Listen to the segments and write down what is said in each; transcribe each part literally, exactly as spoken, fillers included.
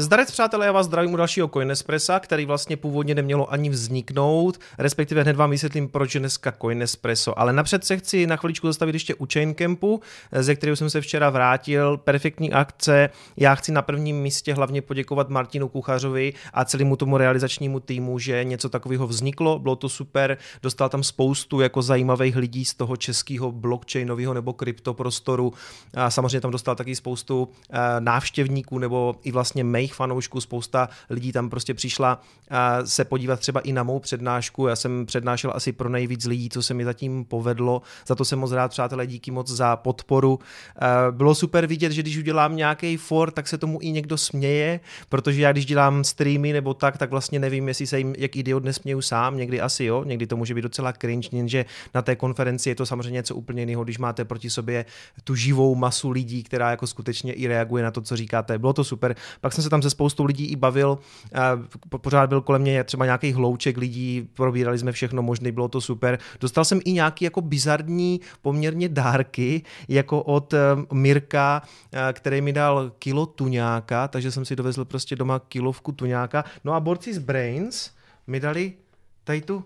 Zdarec, přátelé, já vás zdravím u dalšího Coinespressa, který vlastně původně nemělo ani vzniknout, respektive hned vám vysvětlím, proč je dneska Coinespresso. Ale napřed se chci na chviličku zastavit ještě u Chaincampu, ze kterého jsem se včera vrátil. Perfektní akce. Já chci na prvním místě hlavně poděkovat Martinu Kuchařovi a celému tomu realizačnímu týmu, že něco takového vzniklo. Bylo to super. Dostal tam spoustu jako zajímavých lidí z toho českého blockchainového nebo kryptoprostoru. A samozřejmě tam dostal taky spoustu návštěvníků nebo i vlastně mých fanoušků, spousta lidí tam prostě přišla se podívat třeba i na mou přednášku. Já jsem přednášel asi pro nejvíc lidí, co se mi zatím povedlo. Za to jsem moc rád, přátelé, díky moc za podporu. Bylo super vidět, že když udělám nějaký for, tak se tomu i někdo směje, protože já když dělám streamy nebo tak, tak vlastně nevím, jestli se jim jak idiot nesměju sám, někdy asi jo, někdy to může být docela cringe, jenže na té konferenci je to samozřejmě něco úplně jiného, když máte proti sobě tu živou masu lidí, která jako skutečně i reaguje na to, co říkáte. Bylo to super. Pak jsem se tam se spoustou lidí i bavil, pořád byl kolem mě třeba nějaký hlouček lidí, probírali jsme všechno možné, bylo to super. Dostal jsem i nějaký jako bizarní poměrně dárky, jako od Mirka, který mi dal kilo tuňáka, takže jsem si dovezl prostě doma kilovku tuňáka. No a borci z Brains mi dali tady tu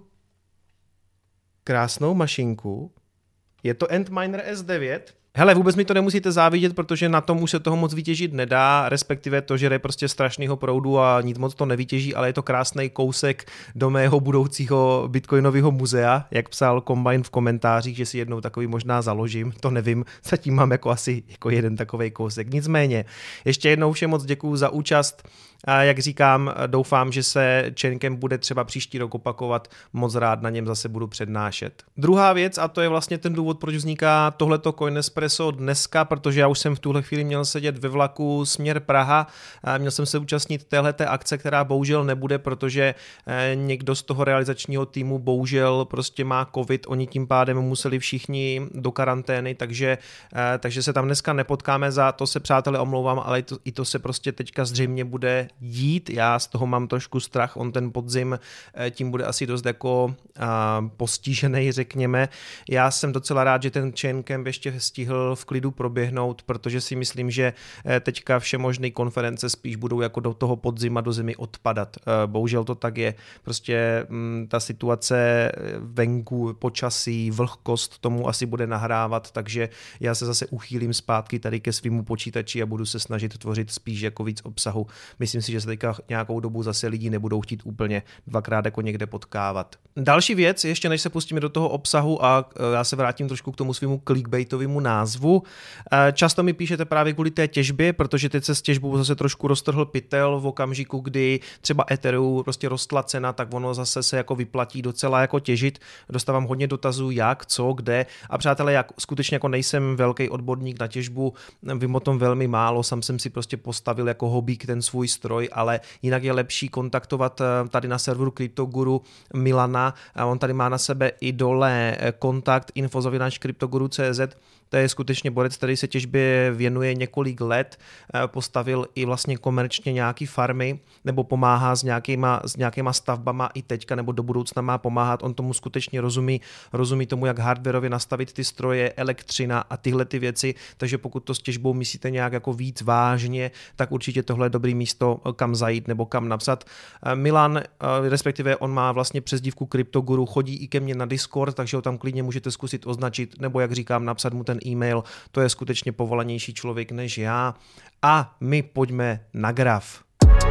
krásnou mašinku. Je to Antminer S devět. Hele, vůbec mi to nemusíte závidět, protože na tom už se toho moc vytěžit nedá, respektive to žere prostě strašného proudu a nic moc to nevytěží, ale je to krásný kousek do mého budoucího bitcoinového muzea, jak psal Combine v komentářích, že si jednou takový možná založím, to nevím, zatím mám jako asi jako jeden takovej kousek. Nicméně, ještě jednou všem moc děkuju za účast. A jak říkám, doufám, že se Chaincamp bude třeba příští rok opakovat, moc rád na něm zase budu přednášet. Druhá věc, a to je vlastně ten důvod, proč vzniká tohleto Coinespresso dneska, protože já už jsem v tuhle chvíli měl sedět ve vlaku směr Praha, a měl jsem se účastnit téhleté akce, která bohužel nebude, protože někdo z toho realizačního týmu bohužel prostě má covid, oni tím pádem museli všichni do karantény, takže, takže se tam dneska nepotkáme, za to se, přátelé, omlouvám, ale i to, i to se prostě teďka zřejmě bude dít, já z toho mám trošku strach, on ten podzim tím bude asi dost jako a, postižený, řekněme. Já jsem docela rád, že ten Chaincamp ještě stihl v klidu proběhnout, protože si myslím, že teďka všemožné konference spíš budou jako do toho podzima do zimy odpadat. Bohužel to tak je. Prostě m, ta situace venku, počasí, vlhkost tomu asi bude nahrávat, takže já se zase uchýlím zpátky tady ke svému počítači a budu se snažit tvořit spíš jako víc obsahu. Myslím si, že se teďka nějakou dobu zase lidi nebudou chtít úplně dvakrát jako někde potkávat. Další věc, ještě než se pustíme do toho obsahu a já se vrátím trošku k tomu svému clickbaitovému názvu. Často mi píšete právě kvůli té těžbě, protože teď se s těžbou zase trošku roztrhl pytel v okamžiku, kdy třeba Ethereum prostě rostla cena, tak ono zase se jako vyplatí docela jako těžit. Dostávám hodně dotazů, jak, co, kde. A přátelé, jak skutečně jako nejsem velký odborník na těžbu, vím o tom velmi málo, sám jsem si prostě postavil jako hobík ten svůj stroj, ale jinak je lepší kontaktovat tady na serveru CryptoGuru Milana. On tady má na sebe i dole kontakt info zavináč kryptoguru tečka cé zet. To je skutečně borec, který se těžbě věnuje několik let, postavil i vlastně komerčně nějaký farmy, nebo pomáhá s nějakýma, s nějakýma stavbama i teďka, nebo do budoucna má pomáhat. On tomu skutečně rozumí, rozumí tomu, jak hardwareově nastavit ty stroje, elektřina a tyhle ty věci, takže pokud to s těžbou myslíte nějak jako víc vážně, tak určitě tohle je dobrý místo, kam zajít nebo kam napsat. Milan, respektive on má vlastně přezdívku CryptoGuru, chodí i ke mně na Discord, takže ho tam klidně můžete zkusit označit, nebo jak říkám, napsat mu ten e-mail, to je skutečně povolanější člověk než já. A my pojďme na graf.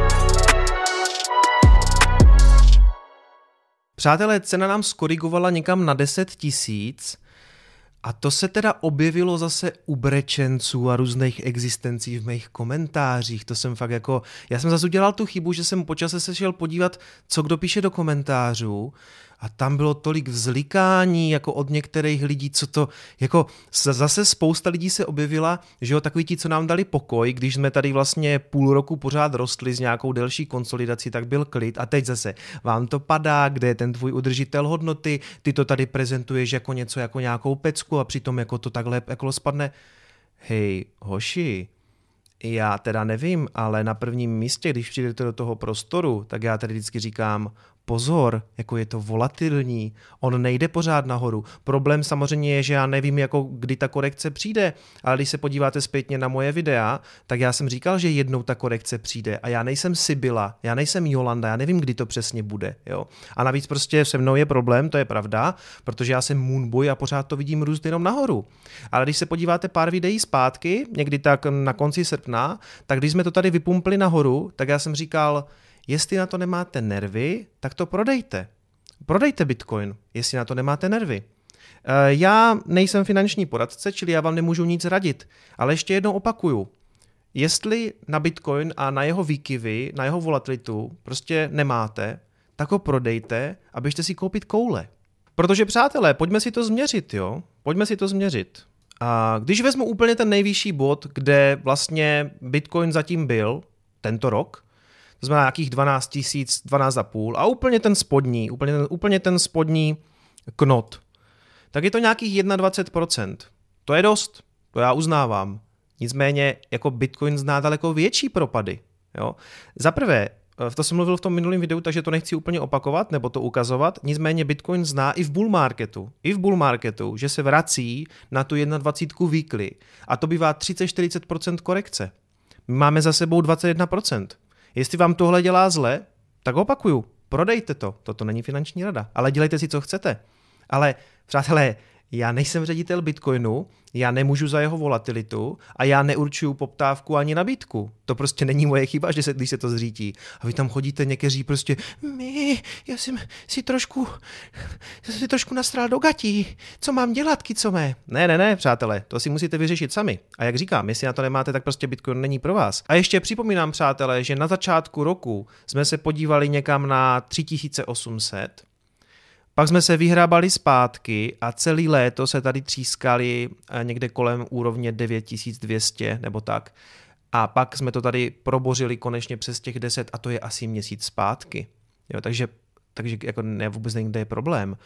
Přátelé, cena nám skorigovala někam na deset tisíc a to se teda objevilo zase u brečenců a různých existencí v mých komentářích. To jsem fakt jako, já jsem zase udělal tu chybu, že jsem po čase se šel podívat, co kdo píše do komentářů. A tam bylo tolik vzlikání jako od některých lidí, co to, jako zase spousta lidí se objevila, že jo, takový ti, co nám dali pokoj, když jsme tady vlastně půl roku pořád rostli s nějakou delší konsolidací, tak byl klid a teď zase vám to padá, kde je ten tvůj udržitel hodnoty, ty to tady prezentuješ jako něco, jako nějakou pecku a přitom jako to takhle jako spadne. Hej, hoši, já teda nevím, ale na prvním místě, když přijdete do toho prostoru, tak já tady vždycky říkám, pozor, jako je to volatilní, on nejde pořád nahoru. Problém samozřejmě je, že já nevím, jako kdy ta korekce přijde, ale když se podíváte zpětně na moje videa, tak já jsem říkal, že jednou ta korekce přijde a já nejsem Sibylla, já nejsem Jolanda, já nevím, kdy to přesně bude. Jo? A navíc prostě se mnou je problém, to je pravda, protože já jsem Moonboy a pořád to vidím růst jenom nahoru. Ale když se podíváte pár videí zpátky, někdy tak na konci srpna, tak když jsme to tady vypumpli nahoru, tak já jsem říkal, jestli na to nemáte nervy, tak to prodejte. Prodejte Bitcoin, jestli na to nemáte nervy. Já nejsem finanční poradce, čili já vám nemůžu nic radit, ale ještě jednou opakuju. Jestli na Bitcoin a na jeho výkyvy, na jeho volatilitu prostě nemáte, tak ho prodejte a běžte si koupit koule. Protože přátelé, pojďme si to změřit, jo? Pojďme si to změřit. A když vezmu úplně ten nejvyšší bod, kde vlastně Bitcoin zatím byl tento rok, to znamená nějakých dvanáct tisíc, dvanáct a půl a úplně ten spodní, úplně ten, úplně ten spodní knot, tak je to nějakých dvacet jedna procent. To je dost, to já uznávám. Nicméně jako Bitcoin zná daleko větší propady. Jo? Za prvé, to jsem mluvil v tom minulém videu, takže to nechci úplně opakovat nebo to ukazovat, nicméně Bitcoin zná i v bull marketu, i v bull marketu, že se vrací na tu dvacet jedna weekly a to bývá třicet až čtyřicet procent korekce. My máme za sebou dvacet jedna procent. Jestli vám tohle dělá zle, tak opakuju, prodejte to, toto není finanční rada, ale dělejte si, co chcete. Ale přátelé, já nejsem ředitel Bitcoinu, já nemůžu za jeho volatilitu a já neurčuju poptávku ani nabídku. To prostě není moje chyba, že se, když se to zřítí. A vy tam chodíte někteří prostě, my, já jsem si trošku, já jsem si trošku nastral do gatí, co mám dělat, kicomé? Ne, ne, ne, přátelé, to si musíte vyřešit sami. A jak říkám, jestli na to nemáte, tak prostě Bitcoin není pro vás. A ještě připomínám, přátelé, že na začátku roku jsme se podívali někam na tři tisíce osm set, pak jsme se vyhrábali zpátky a celý léto se tady třískali někde kolem úrovně devět tisíc dvě stě nebo tak. A pak jsme to tady probořili konečně přes těch deset a to je asi měsíc zpátky. Jo, takže, takže jako ne, vůbec někde je problém.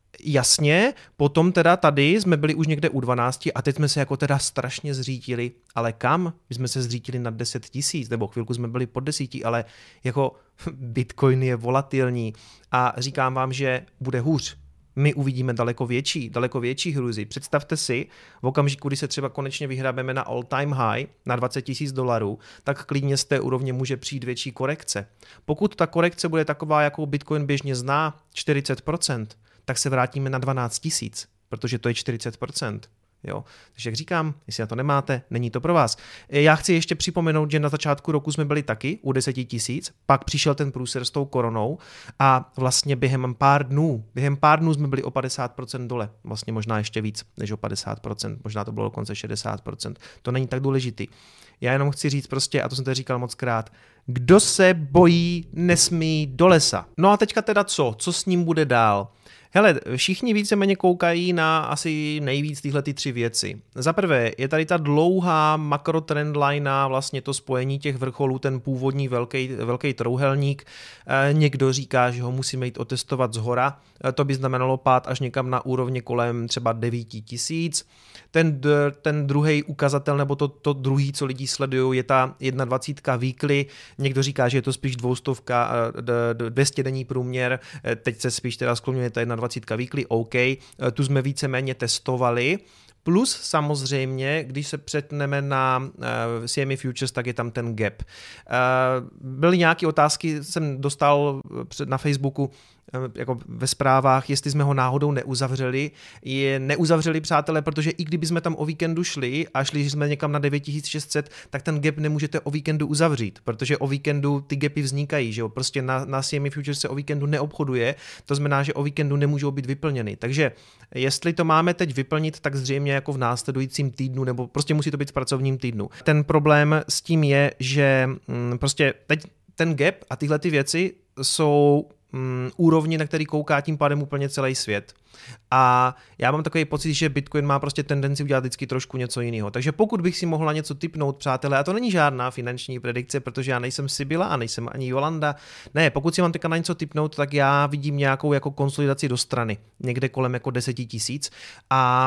Jasně, potom teda tady jsme byli už někde u dvanácti a teď jsme se jako teda strašně zřítili, ale kam? My jsme se zřítili na deset tisíc, nebo chvilku jsme byli pod desíti, ale jako Bitcoin je volatilní a říkám vám, že bude hůř. My uvidíme daleko větší, daleko větší hrůzy. Představte si, v okamžiku, kdy se třeba konečně vyhrábeme na all time high, na dvacet tisíc dolarů, tak klidně z té úrovně může přijít větší korekce. Pokud ta korekce bude taková, jakou Bitcoin běžně zná, čtyřicet procent, tak se vrátíme na dvanáct tisíc, protože to je čtyřicet procent. Jo? Takže jak říkám, jestli na to nemáte, není to pro vás. Já chci ještě připomenout, že na začátku roku jsme byli taky u deset tisíc, pak přišel ten průser s tou koronou a vlastně během pár dnů, během pár dnů jsme byli o padesát procent dole, vlastně možná ještě víc než o padesát procent, možná to bylo dokonce šedesát procent. To není tak důležitý. Já jenom chci říct prostě, a to jsem tady říkal moc krát, kdo se bojí, nesmí do lesa. No a teďka teda co? Co s ním bude dál? Hele, všichni víceméně koukají na asi nejvíc tyhle ty tři věci. Za prvé je tady ta dlouhá makrotrendline, vlastně to spojení těch vrcholů, ten původní velký, velký trouhelník. E, někdo říká, že ho musíme jít otestovat zhora. E, to by znamenalo pád až někam na úrovně kolem třeba devět tisíc. Ten, ten druhý ukazatel, nebo to, to druhý, co lidi sledují, je ta dvacet jedna weekly. Někdo říká, že je to spíš dvoustovka, dvě stě denní průměr. Teď se spíš teda skloňuje ta dvacet jedna weekly, OK. Tu jsme víceméně testovali. Plus samozřejmě, když se přetneme na uh, C M E Futures, tak je tam ten gap. Uh, byly nějaké otázky, jsem dostal na Facebooku, uh, jako ve zprávách, jestli jsme ho náhodou neuzavřeli. Je neuzavřeli, přátelé, protože i kdyby jsme tam o víkendu šli a šli jsme někam na devět tisíc šest set, tak ten gap nemůžete o víkendu uzavřít, protože o víkendu ty gapy vznikají, že jo? Prostě na, na C M E Futures se o víkendu neobchoduje, to znamená, že o víkendu nemůžou být vyplněny. Takže jestli to máme teď vyplnit, tak zřejmě jako v následujícím týdnu, nebo prostě musí to být v pracovním týdnu. Ten problém s tím je, že mm, prostě teď ten gap a tyhle ty věci jsou mm, úrovni, na který kouká tím pádem úplně celý svět. A já mám takový pocit, že Bitcoin má prostě tendenci udělat vždycky trošku něco jiného. Takže pokud bych si mohla něco tipnout, přátelé, a to není žádná finanční predikce, protože já nejsem Sibylla a nejsem ani Jolanda. Ne, pokud si mám teďka na něco tipnout, tak já vidím nějakou jako konsolidaci do strany, někde kolem jako deset tisíc. A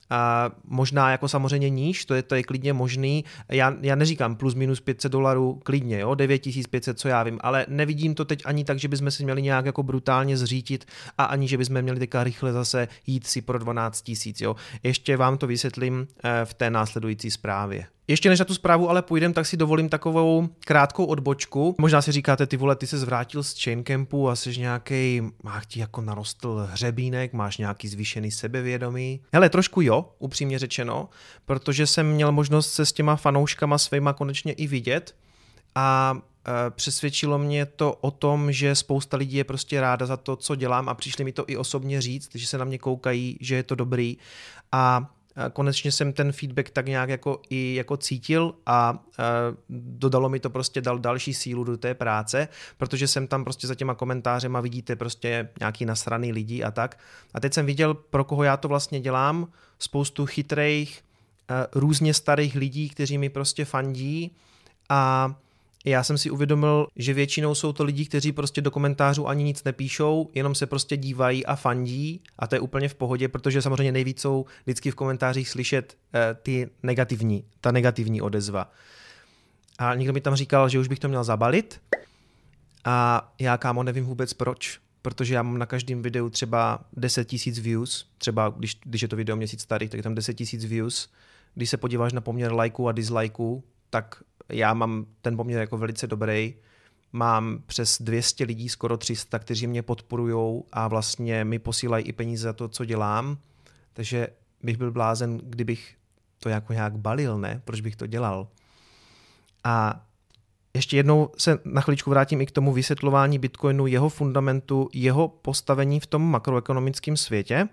A možná jako samozřejmě níž, to je, to je klidně možný. Já, já neříkám plus minus pět set dolarů, klidně, jo, devět tisíc pět set, co já vím, ale nevidím to teď ani tak, že bychom si měli nějak jako brutálně zřítit a ani, že bychom měli teďka rychle zase jít si pro dvanáct tisíc, jo. Ještě vám to vysvětlím v té následující zprávě. Ještě než na tu zprávu ale půjdem, tak si dovolím takovou krátkou odbočku. Možná si říkáte, ty vole, ty se zvrátil z Chaincampu a jsi nějaký, máš ti jako narostl hřebínek, máš nějaký zvýšený sebevědomí. Hele, trošku jo, upřímně řečeno, protože jsem měl možnost se s těma fanouškama svýma konečně i vidět a e, přesvědčilo mě to o tom, že spousta lidí je prostě ráda za to, co dělám a přišli mi to i osobně říct, že se na mě koukají, že je to dobrý a konečně jsem ten feedback tak nějak jako i jako cítil a e, dodalo mi to prostě dal další sílu do té práce, protože jsem tam prostě za těma komentářema vidíte prostě nějaký nasraný lidi a tak. A teď jsem viděl, pro koho já to vlastně dělám, spoustu chytrých, e, různě starých lidí, kteří mi prostě fandí a já jsem si uvědomil, že většinou jsou to lidi, kteří prostě do komentářů ani nic nepíšou, jenom se prostě dívají a fandí a to je úplně v pohodě, protože samozřejmě nejvíc jsou vždycky v komentářích slyšet eh, ty negativní, ta negativní odezva. A někdo mi tam říkal, že už bych to měl zabalit a já, kámo, nevím vůbec proč, protože já mám na každém videu třeba deset tisíc views, třeba když, když je to video měsíc starý, tak je tam deset tisíc views. Když se podíváš na poměr lajků a dislajků, tak já mám ten poměr jako velice dobrý. Mám přes dvě stě lidí, skoro tři sta, kteří mě podporujou a vlastně mi posílají i peníze za to, co dělám. Takže bych byl blázen, kdybych to jako nějak balil, ne? Proč bych to dělal? A ještě jednou se na chviličku vrátím i k tomu vysvětlování Bitcoinu, jeho fundamentu, jeho postavení v tom makroekonomickém světě.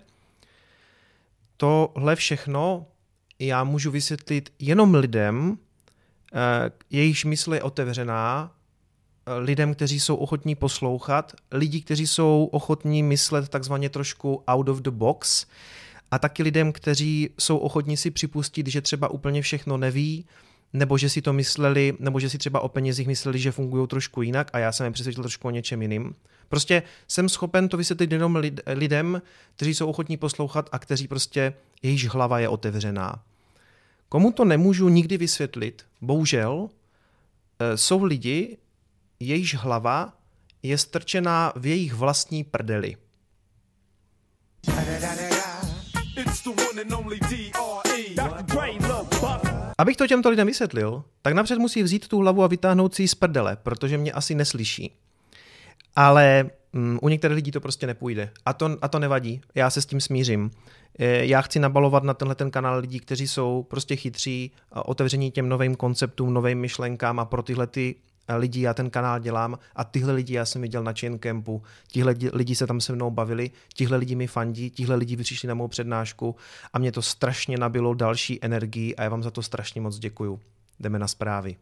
Tohle všechno já můžu vysvětlit jenom lidem, jejichž mysl je otevřená, lidem, kteří jsou ochotní poslouchat, lidi, kteří jsou ochotní myslet takzvaně trošku out of the box a taky lidem, kteří jsou ochotní si připustit, že třeba úplně všechno neví, nebo že si to mysleli, nebo že si třeba o penězích mysleli, že fungují trošku jinak a já jsem je přesvědčil trošku o něčem jiným. Prostě jsem schopen to vysvětlit jenom lidem, kteří jsou ochotní poslouchat a kteří prostě, jejichž hlava je otevřená. Komu to nemůžu nikdy vysvětlit, bohužel, jsou lidi, jejichž hlava je strčená v jejich vlastní prdeli. Abych to těmto lidem vysvětlil, tak napřed musí vzít tu hlavu a vytáhnout si ji z prdele, protože mě asi neslyší. Ale um, u některých lidí to prostě nepůjde. A to, a to nevadí, já se s tím smířím. Já chci nabalovat na tenhle ten kanál lidí, kteří jsou prostě chytří, otevření těm novým konceptům, novým myšlenkám a pro tyhle ty lidi já ten kanál dělám a tyhle lidi já jsem viděl na Chaincampu, tihle lidi se tam se mnou bavili, tihle lidi mi fandí, tihle lidi přišli na mou přednášku a mě to strašně nabilo další energii a já vám za to strašně moc děkuju. Jdeme na zprávy.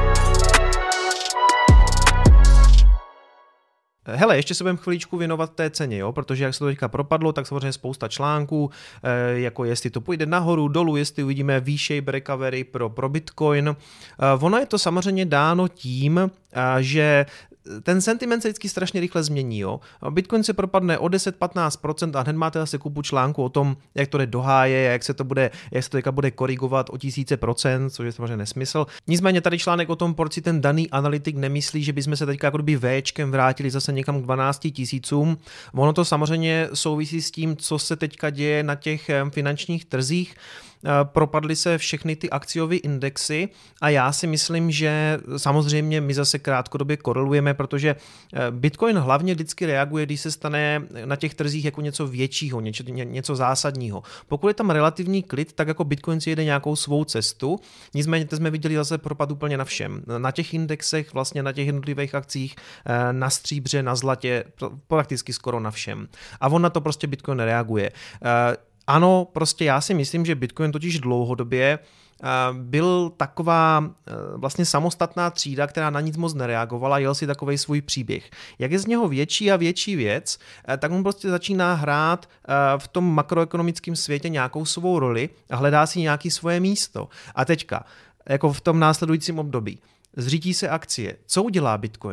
Hele, ještě se budeme chviličku věnovat té ceně, jo? Protože jak se to teďka propadlo, tak samozřejmě spousta článků, eh, jako jestli to půjde nahoru, dolů, jestli uvidíme V-shape recovery pro, pro Bitcoin. Eh, ono je to samozřejmě dáno tím, eh, že ten sentiment se vždycky strašně rychle změní. Jo? Bitcoin se propadne o deset až patnáct procent a hned máte zase kupu článku o tom, jak to jde do háje, jak se to bude, jak se to teďka bude korigovat o tisíce procent, což je samozřejmě nesmysl. Nicméně tady článek o tom, proč si ten daný analytik nemyslí, že bychom se teďka jako kdyby Včkem vrátili zase někam k dvanácti tisícům. Ono to samozřejmě souvisí s tím, co se teďka děje na těch finančních trzích. Propadly se všechny ty akciové indexy a já si myslím, že samozřejmě my zase krátkodobě korelujeme, protože Bitcoin hlavně vždycky reaguje, když se stane na těch trzích jako něco většího, něco, něco zásadního. Pokud je tam relativní klid, tak jako Bitcoin si jede nějakou svou cestu, nicméně to jsme viděli zase propad úplně na všem. Na těch indexech, vlastně na těch jednotlivých akcích, na stříbře, na zlatě, prakticky skoro na všem. A on na to prostě Bitcoin reaguje. Ano, prostě já si myslím, že Bitcoin totiž dlouhodobě byl taková vlastně samostatná třída, která na nic moc nereagovala, jel si takovej svůj příběh. Jak je z něho větší a větší věc, tak on prostě začíná hrát v tom makroekonomickém světě nějakou svou roli a hledá si nějaké svoje místo. A teďka, jako v tom následujícím období, zřítí se akcie. Co udělá Bitcoin?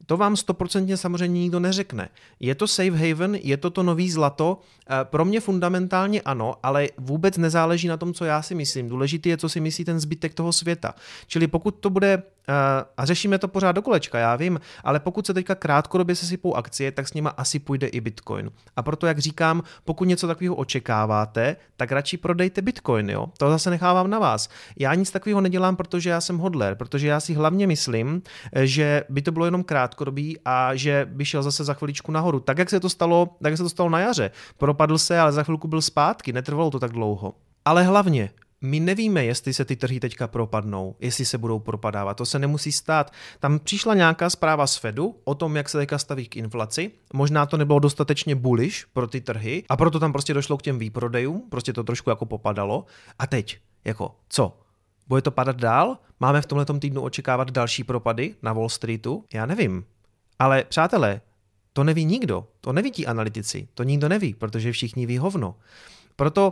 To vám stoprocentně samozřejmě nikdo neřekne. Je to safe haven, je to to nový zlato? Pro mě fundamentálně ano, ale vůbec nezáleží na tom, co já si myslím. Důležité je, co si myslí ten zbytek toho světa. Čili pokud to bude, a řešíme to pořád do kolečka, já vím, ale pokud se teďka krátkodobě sesypou akcie, tak s nima asi půjde i Bitcoin. A proto, jak říkám, pokud něco takového očekáváte, tak radši prodejte Bitcoin, jo? To zase nechávám na vás. Já nic takového nedělám, protože já jsem hodler, protože já si hlavně myslím, že by to bylo jenom krátkodobí a že by šel zase za chviličku nahoru. Tak, jak se to stalo, tak jak se to stalo na jaře. Propadl se, ale za chvilku byl zpátky, netrvalo to tak dlouho. Ale hlavně, my nevíme, jestli se ty trhy teďka propadnou, jestli se budou propadávat, to se nemusí stát. Tam přišla nějaká zpráva z Fedu o tom, jak se teďka staví k inflaci, možná to nebylo dostatečně bullish pro ty trhy a proto tam prostě došlo k těm výprodejům, prostě to trošku jako popadalo. A teď, jako, co? Bude to padat dál? Máme v tomhletom týdnu očekávat další propady na Wall Streetu? Já nevím. Ale přátelé, to neví nikdo, to neví ti analytici, to nikdo neví, protože všichni ví hovno. Proto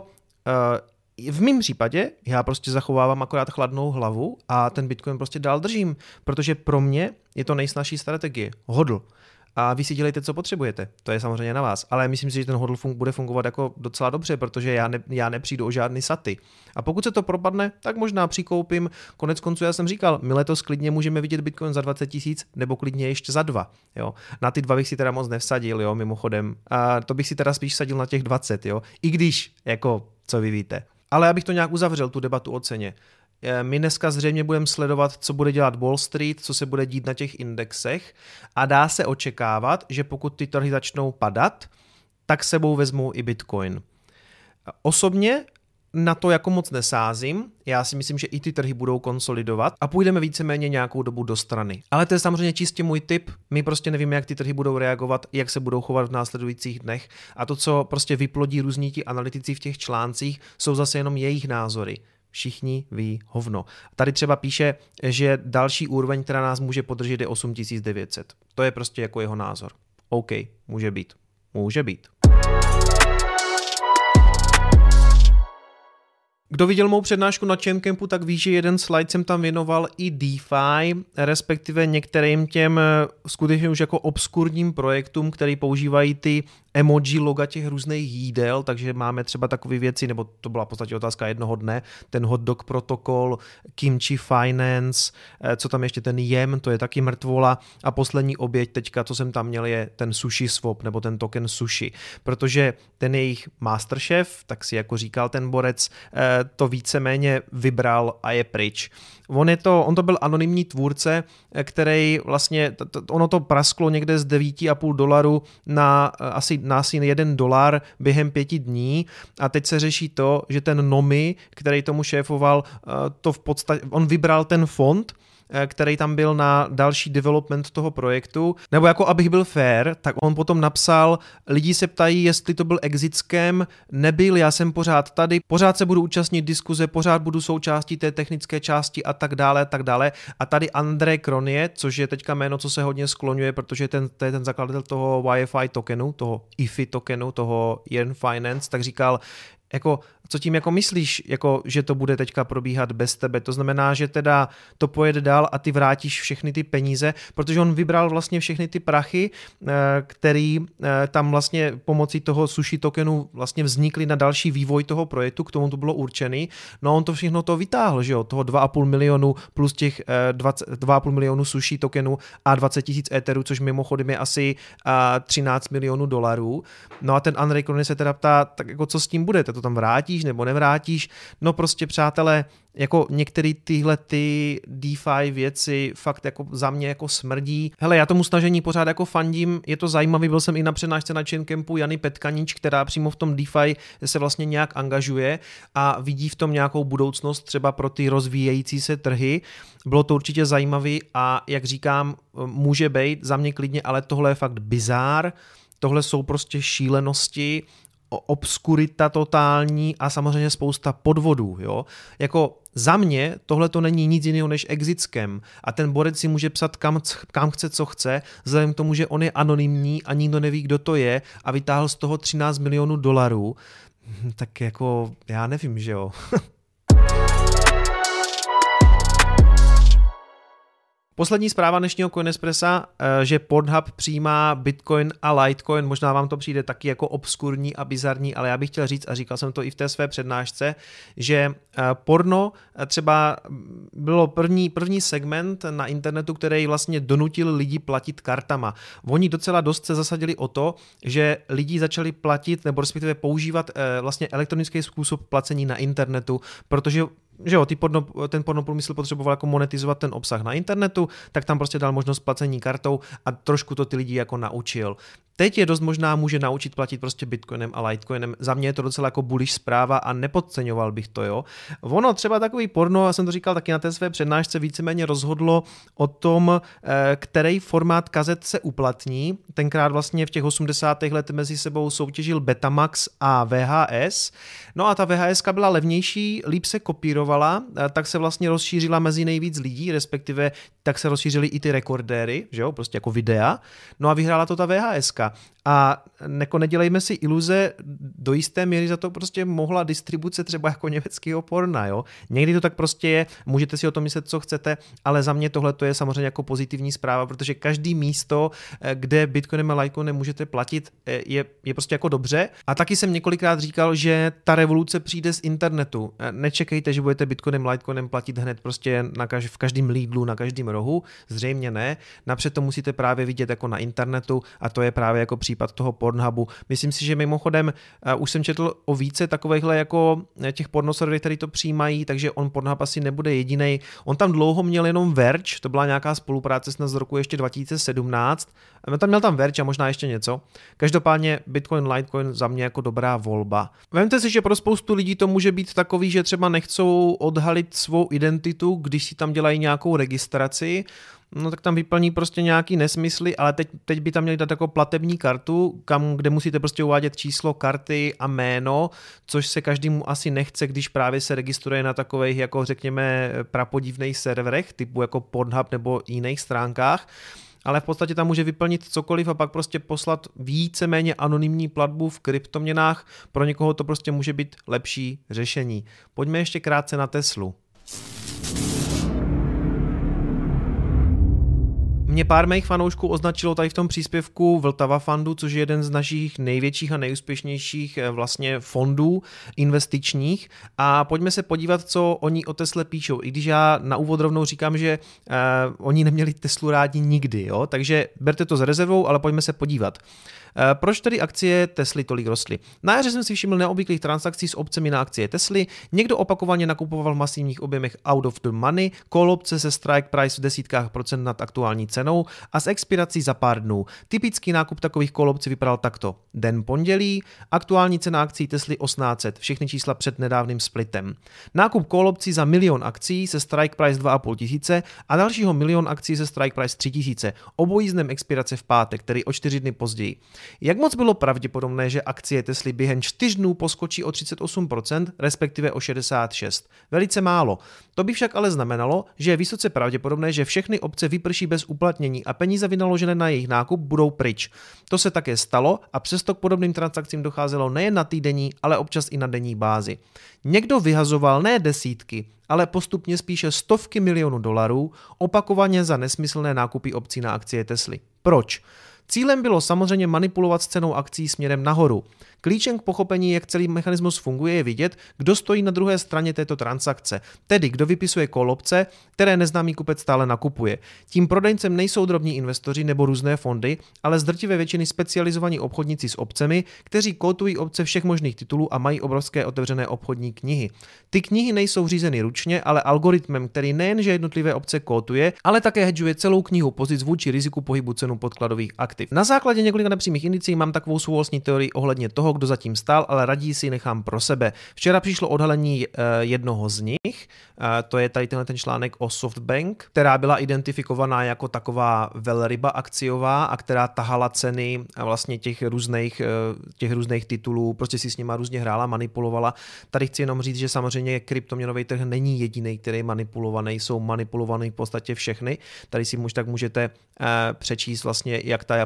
uh, v mém případě já prostě zachovávám akorát chladnou hlavu a ten Bitcoin prostě dál držím, protože pro mě je to nejsnažší strategie. Hodl. A vy si dělejte, co potřebujete. To je samozřejmě na vás. Ale myslím si, že ten hodl fun- bude fungovat jako docela dobře, protože já, ne- já nepřijdu o žádný saty. A pokud se to propadne, tak možná přikoupím. Konec konců já jsem říkal, my letos klidně můžeme vidět Bitcoin za dvacet tisíc, nebo klidně ještě za dva. Jo. Na ty dva bych si teda moc nevsadil, jo, mimochodem. A to bych si teda spíš sadil na těch dvacet, jo. I když, jako, co vy víte. Ale abych to nějak uzavřel, tu debatu o ceně. My dneska zřejmě budeme sledovat, co bude dělat Wall Street, co se bude dít na těch indexech a dá se očekávat, že pokud ty trhy začnou padat, tak sebou vezmou i Bitcoin. Osobně na to jako moc nesázím, já si myslím, že i ty trhy budou konsolidovat a půjdeme víceméně nějakou dobu do strany. Ale to je samozřejmě čistě můj tip, my prostě nevíme, jak ty trhy budou reagovat, jak se budou chovat v následujících dnech a to, co prostě vyplodí různí ti analytici v těch článcích, jsou zase jenom jejich názory. Všichni ví hovno. Tady třeba píše, že další úroveň, která nás může podržet, je osm tisíc devět set. To je prostě jako jeho názor. OK, může být. Může být. Kdo viděl mou přednášku na Chaincampu, tak ví, že jeden slide jsem tam věnoval i DeFi, respektive některým těm skutečně už jako obskurním projektům, který používají ty emoji loga těch různých jídel, takže máme třeba takové věci, nebo to byla v podstatě otázka jednoho dne, ten hot dog protokol, Kimchi Finance, co tam ještě ten jem, to je taky mrtvola a poslední oběť teďka, co jsem tam měl, je ten sushi swap, nebo ten token sushi, protože ten jejich masterchef, tak si jako říkal ten borec, to víceméně vybral a je pryč. On, je to, on to byl anonymní tvůrce, který vlastně, ono to prasklo někde z devět a půl dolaru na asi, na asi jeden dolar během pěti dní a teď se řeší to, že ten Nomi, který tomu šéfoval, to v podstatě, on vybral ten fond, který tam byl na další development toho projektu, nebo jako abych byl fair, tak on potom napsal, lidi se ptají, jestli to byl exit scam, nebyl, já jsem pořád tady, pořád se budu účastnit diskuze, pořád budu součástí té technické části a tak dále, a tak dále. A tady Andrej Kronie, což je teďka jméno, co se hodně skloňuje, protože ten, to je ten zakladatel toho Y F I tokenu, toho I F I tokenu, toho Yen Finance, tak říkal, jako, co tím jako myslíš, jako, že to bude teďka probíhat bez tebe? To znamená, že teda to pojede dál a ty vrátíš všechny ty peníze, protože on vybral vlastně všechny ty prachy, který tam vlastně pomocí toho sushi tokenu vlastně vznikly na další vývoj toho projektu, k tomu to bylo určený. No a on to všechno to vytáhl, že jo, toho dva a půl milionu plus těch dva a půl milionu sushi tokenů a dvacet tisíc éterů, což mimochodem je asi třináct milionů dolarů. No a ten Andrej Kronie se teda ptá, tak jako co s tím bude? To tam vrátíš nebo nevrátíš? No prostě přátelé, jako některé tyhle ty DeFi věci fakt jako za mě jako smrdí. Hele, já tomu snažení pořád jako fandím, je to zajímavý, byl jsem i na přednášce na Chaincampu Jany Petkanič, která přímo v tom DeFi se vlastně nějak angažuje a vidí v tom nějakou budoucnost třeba pro ty rozvíjející se trhy. Bylo to určitě zajímavý a jak říkám, může být za mě klidně, ale tohle je fakt bizár, tohle jsou prostě šílenosti, obskurita totální a samozřejmě spousta podvodů, jo. Jako za mě tohle to není nic jiného než exit scam a ten borec si může psat kam, kam chce, co chce, vzhledem k tomu, že on je anonymní a nikdo neví, kdo to je a vytáhl z toho třináct milionů dolarů, tak jako já nevím, že jo. Poslední zpráva dnešního Coinespressa, že Pornhub přijímá Bitcoin a Litecoin, možná vám to přijde taky jako obskurní a bizarní, ale já bych chtěl říct, a říkal jsem to i v té své přednášce, že porno třeba bylo první, první segment na internetu, který vlastně donutil lidi platit kartama. Oni docela dost se zasadili o to, že lidi začali platit nebo respektive používat vlastně elektronický způsob placení na internetu, protože že jo, ty porno, ten pornoprůmysl potřeboval jako monetizovat ten obsah na internetu, tak tam prostě dal možnost placení kartou a trošku to ty lidi jako naučil. Teď je dost možná může naučit platit prostě Bitcoinem a Litecoinem. Za mě je to docela jako bullish zpráva a nepodceňoval bych to, jo. Ono třeba takový porno, já jsem to říkal taky na té své přednášce, víceméně rozhodlo o tom, který formát kazet se uplatní. Tenkrát vlastně v těch osmdesátých letech mezi sebou soutěžil Betamax a V H S. No a ta V H S byla levnější, líp se kopírovala, tak se vlastně rozšířila mezi nejvíc lidí, respektive tak se rozšířily i ty rekordéry, že jo, prostě jako videa. No a vyhrála to ta V H S. A neko nedělejme si iluze, do jisté míry za to prostě mohla distribuce třeba jako německého porna, jo. Někdy to tak prostě je, můžete si o tom myslet, co chcete, ale za mě tohle to je samozřejmě jako pozitivní zpráva, protože každý místo, kde Bitcoinem a Litecoinem můžete platit, je, je prostě jako dobře. A taky jsem několikrát říkal, že ta revoluce přijde z internetu. Nečekejte, že budete Bitcoinem, Litecoinem platit hned prostě na kaž, v každém Lidlu, na každém rohu, zřejmě ne. Napřed to musíte právě vidět jako na internetu a to je právě jako případ toho Pornhubu. Myslím si, že mimochodem uh, už jsem četl o více takovýchhle jako těch pornoserverů, který to přijímají, takže on Pornhub asi nebude jedinej. On tam dlouho měl jenom Verge, to byla nějaká spolupráce snad z roku ještě dva tisíce sedmnáct. A tam měl tam Verge a možná ještě něco. Každopádně Bitcoin, Litecoin za mě jako dobrá volba. Vemte si, že pro spoustu lidí to může být takový, že třeba nechcou odhalit svou identitu, když si tam dělají nějakou registraci. No tak tam vyplní prostě nějaký nesmysly, ale teď, teď by tam měli dát jako platební kartu, kam, kde musíte prostě uvádět číslo karty a jméno, což se každému asi nechce, když právě se registruje na takových, jako řekněme, prapodivných serverech, typu jako Pornhub nebo jiných stránkách. Ale v podstatě tam může vyplnit cokoliv a pak prostě poslat víceméně anonymní platbu v kryptoměnách. Pro někoho to prostě může být lepší řešení. Pojďme ještě krátce na Teslu. Mě pár mých fanoušků označilo tady v tom příspěvku Vltava Fundu, což je jeden z našich největších a nejúspěšnějších vlastně fondů investičních. A pojďme se podívat, co oni o Tesle píšou. I když já na úvod rovnou říkám, že uh, oni neměli Teslu rádi nikdy, jo? Takže berte to s rezervou, ale pojďme se podívat. Proč tedy akcie Tesly tolik rostly? Na jaře jsem si všiml neobvyklých transakcí s opcemi na akcie Tesly. Někdo opakovaně nakupoval v masivních objemech out of the money, call opce se strike price v desítkách procent nad aktuální cenou a s expirací za pár dnů. Typický nákup takových call opcí vypadal takto. Den pondělí, aktuální cena akcí Tesly osmnáct set, všechny čísla před nedávným splitem. Nákup call opcí za milion akcí se strike price dva a půl tisíce a dalšího milion akcí se strike price tři tisíce. Obojí s dnem expirace v pátek, tedy o čtyři dny později. Jak moc bylo pravděpodobné, že akcie Tesly během čtyř dnů poskočí o třicet osm procent, respektive o šedesát šest procent? Velice málo. To by však ale znamenalo, že je vysoce pravděpodobné, že všechny opce vyprší bez uplatnění a peníze vynaložené na jejich nákup budou pryč. To se také stalo a přesto k podobným transakcím docházelo nejen na týdenní, ale občas i na denní bázi. Někdo vyhazoval ne desítky, ale postupně spíše stovky milionů dolarů opakovaně za nesmyslné nákupy opcí na akcie Tesly. Proč? Cílem bylo samozřejmě manipulovat s cenou akcí směrem nahoru. Klíčem k pochopení, jak celý mechanismus funguje, je vidět, kdo stojí na druhé straně této transakce, tedy kdo vypisuje call opce, které neznámý kupec stále nakupuje. Tím prodejcem nejsou drobní investoři nebo různé fondy, ale z drtivé většiny specializovaní obchodníci s opcemi, kteří kótují opce všech možných titulů a mají obrovské otevřené obchodní knihy. Ty knihy nejsou řízeny ručně, ale algoritmem, který nejenže jednotlivé opce kótuje, ale také hedžuje celou knihu pozic vůči riziku pohybu cenu podkladových aktiv. Na základě několika nepřímých indicí mám takovou svou vlastní teorii ohledně toho, kdo zatím stál, ale raději si nechám pro sebe. Včera přišlo odhalení jednoho z nich, to je tady tenhle ten článek o SoftBank, která byla identifikovaná jako taková velryba akciová a která tahala ceny vlastně těch různých, těch různých titulů, prostě si s nima různě hrála, manipulovala. Tady chci jenom říct, že samozřejmě kryptoměnový trh není jediný, který je manipulovaný, jsou manipulovaný v podstatě všechny. Tady si můž, tak můžete přečíst vlastně, jak ta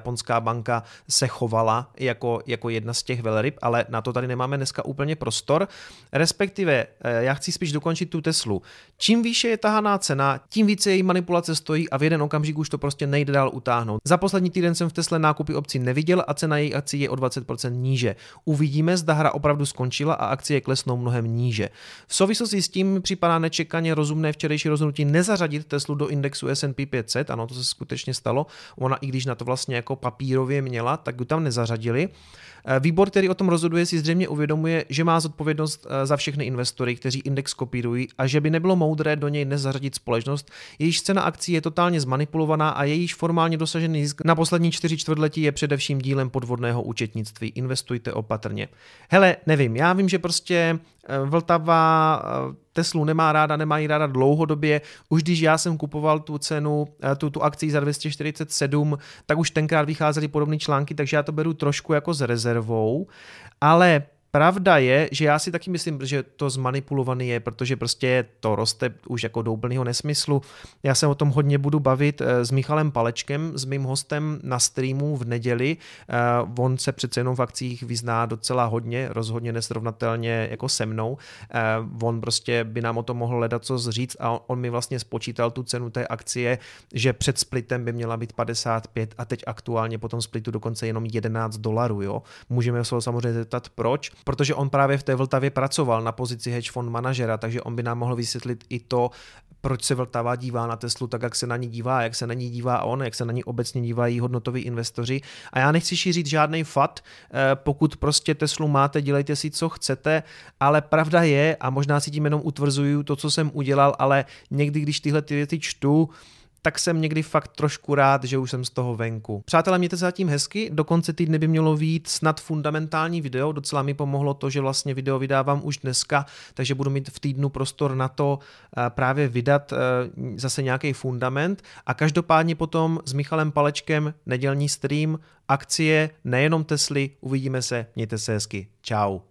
japonská banka se chovala jako, jako jedna z těch velryb, ale na to tady nemáme dneska úplně prostor. Respektive, já chci spíš dokončit tu Teslu. Čím výše je tahaná cena, tím více její manipulace stojí a v jeden okamžik už to prostě nejde dál utáhnout. Za poslední týden jsem v Tesle nákupy opcí neviděl a cena její akcí je o dvacet procent níže. Uvidíme, zda hra opravdu skončila a akcie klesnou mnohem níže. V souvislosti s tím mi připadá nečekaně rozumné včerejší rozhodnutí nezařadit Teslu do indexu S and P pět set, ano, to se skutečně stalo. Ona, i když na to vlastně jako papírově měla, tak ji tam nezařadili. Výbor, který o tom rozhoduje, si zřejmě uvědomuje, že má zodpovědnost za všechny investory, kteří index kopírují a že by nebylo moudré do něj dnes zařadit společnost, jejíž cena akcí je totálně zmanipulovaná a jejíž formálně dosažený zisk na poslední čtyři čtvrtletí je především dílem podvodného účetnictví. Investujte opatrně. Hele, nevím, já vím, že prostě Vltava Teslu nemá ráda, nemá ji ráda dlouhodobě. Už když já jsem kupoval tu cenu, tu, tu akci za dvě stě čtyřicet sedm, tak už tenkrát vycházely podobné články, takže já to beru trošku jako s rezervou, ale pravda je, že já si taky myslím, že to zmanipulovaný je, protože prostě to roste už jako do úplného nesmyslu. Já se o tom hodně budu bavit s Michalem Palečkem, s mým hostem na streamu v neděli. On se přece jenom v akcích vyzná docela hodně, rozhodně nesrovnatelně jako se mnou. On prostě by nám o tom mohl hledat co říct a on mi vlastně spočítal tu cenu té akcie, že před splitem by měla být padesát pět a teď aktuálně po tom splitu dokonce jenom jedenáct dolarů. Jo? Můžeme se ho samozřejmě zeptat proč. Protože on právě v té Vltavě pracoval na pozici hedge fund manažera, takže on by nám mohl vysvětlit i to, proč se Vltava dívá na Teslu tak, jak se na ní dívá, jak se na ní dívá on, jak se na ní obecně dívají hodnotoví investoři. A já nechci šířit žádný fat, pokud prostě Teslu máte, dělejte si, co chcete, ale pravda je, a možná si tím jenom utvrzuju to, co jsem udělal, ale někdy, když tyhle ty věci čtu, tak jsem někdy fakt trošku rád, že už jsem z toho venku. Přátelé, mějte se zatím hezky, do konce týdne by mělo vyjít snad fundamentální video, docela mi pomohlo to, že vlastně video vydávám už dneska, takže budu mít v týdnu prostor na to právě vydat zase nějaký fundament a každopádně potom s Michalem Palečkem nedělní stream, akcie, nejenom Tesly, uvidíme se, mějte se hezky, čau.